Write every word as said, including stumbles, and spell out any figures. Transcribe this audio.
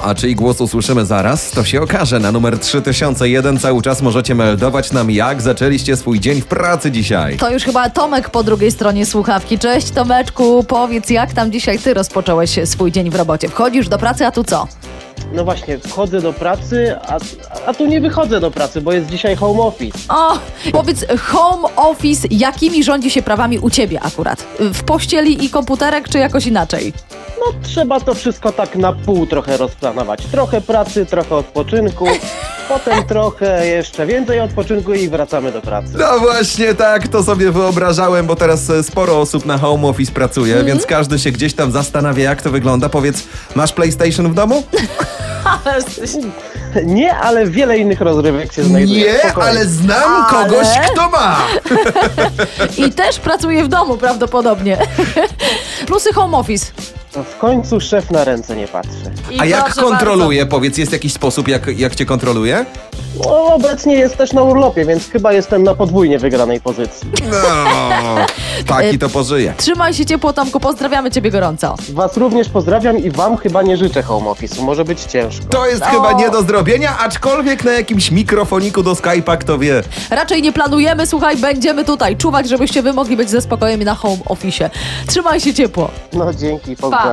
A czyj głos usłyszymy zaraz, to się okaże. Na numer trzy tysiące jeden cały czas możecie meldować nam, jak zaczęliście swój dzień w pracy dzisiaj. To już chyba Tomek po drugiej stronie słuchawki. Cześć Tomeczku, powiedz, jak tam dzisiaj ty rozpocząłeś swój dzień w robocie? Wchodzisz do pracy, a tu co? No właśnie, wchodzę do pracy, a, a tu nie wychodzę do pracy, bo jest dzisiaj home office. O, powiedz, home office, jakimi rządzi się prawami u ciebie akurat? W pościeli i komputerek, czy jakoś inaczej? No trzeba to wszystko tak na pół trochę rozplanować. Trochę pracy, trochę odpoczynku, potem trochę jeszcze więcej odpoczynku i wracamy do pracy. No właśnie tak, to sobie wyobrażałem, bo teraz e, sporo osób na home office pracuje, mm. więc każdy się gdzieś tam zastanawia, jak to wygląda. Powiedz, masz PlayStation w domu? Nie, ale wiele innych rozrywek się znajduje. Nie, Spokojnie. ale znam Ale? kogoś, kto ma. I też pracuje w domu prawdopodobnie. Plusy home office. No w końcu szef na ręce nie patrzy. I A jak proszę kontroluje? Powiedz, jest jakiś sposób, jak, jak cię kontroluje? No, obecnie jest też na urlopie, więc chyba jestem na podwójnie wygranej pozycji. No, taki to pożyje. bardzo. Trzymaj się ciepło, Tomku, pozdrawiamy ciebie gorąco. Was również pozdrawiam i wam chyba nie życzę home office'u, może być ciężko. To jest O. chyba nie do zrobienia, aczkolwiek na jakimś mikrofoniku do Skype'a, kto wie. Raczej nie planujemy, słuchaj, będziemy tutaj czuwać, żebyście wy mogli być ze spokojem na home office. Trzymaj się ciepło. No dzięki, Pa. pozdrawiam.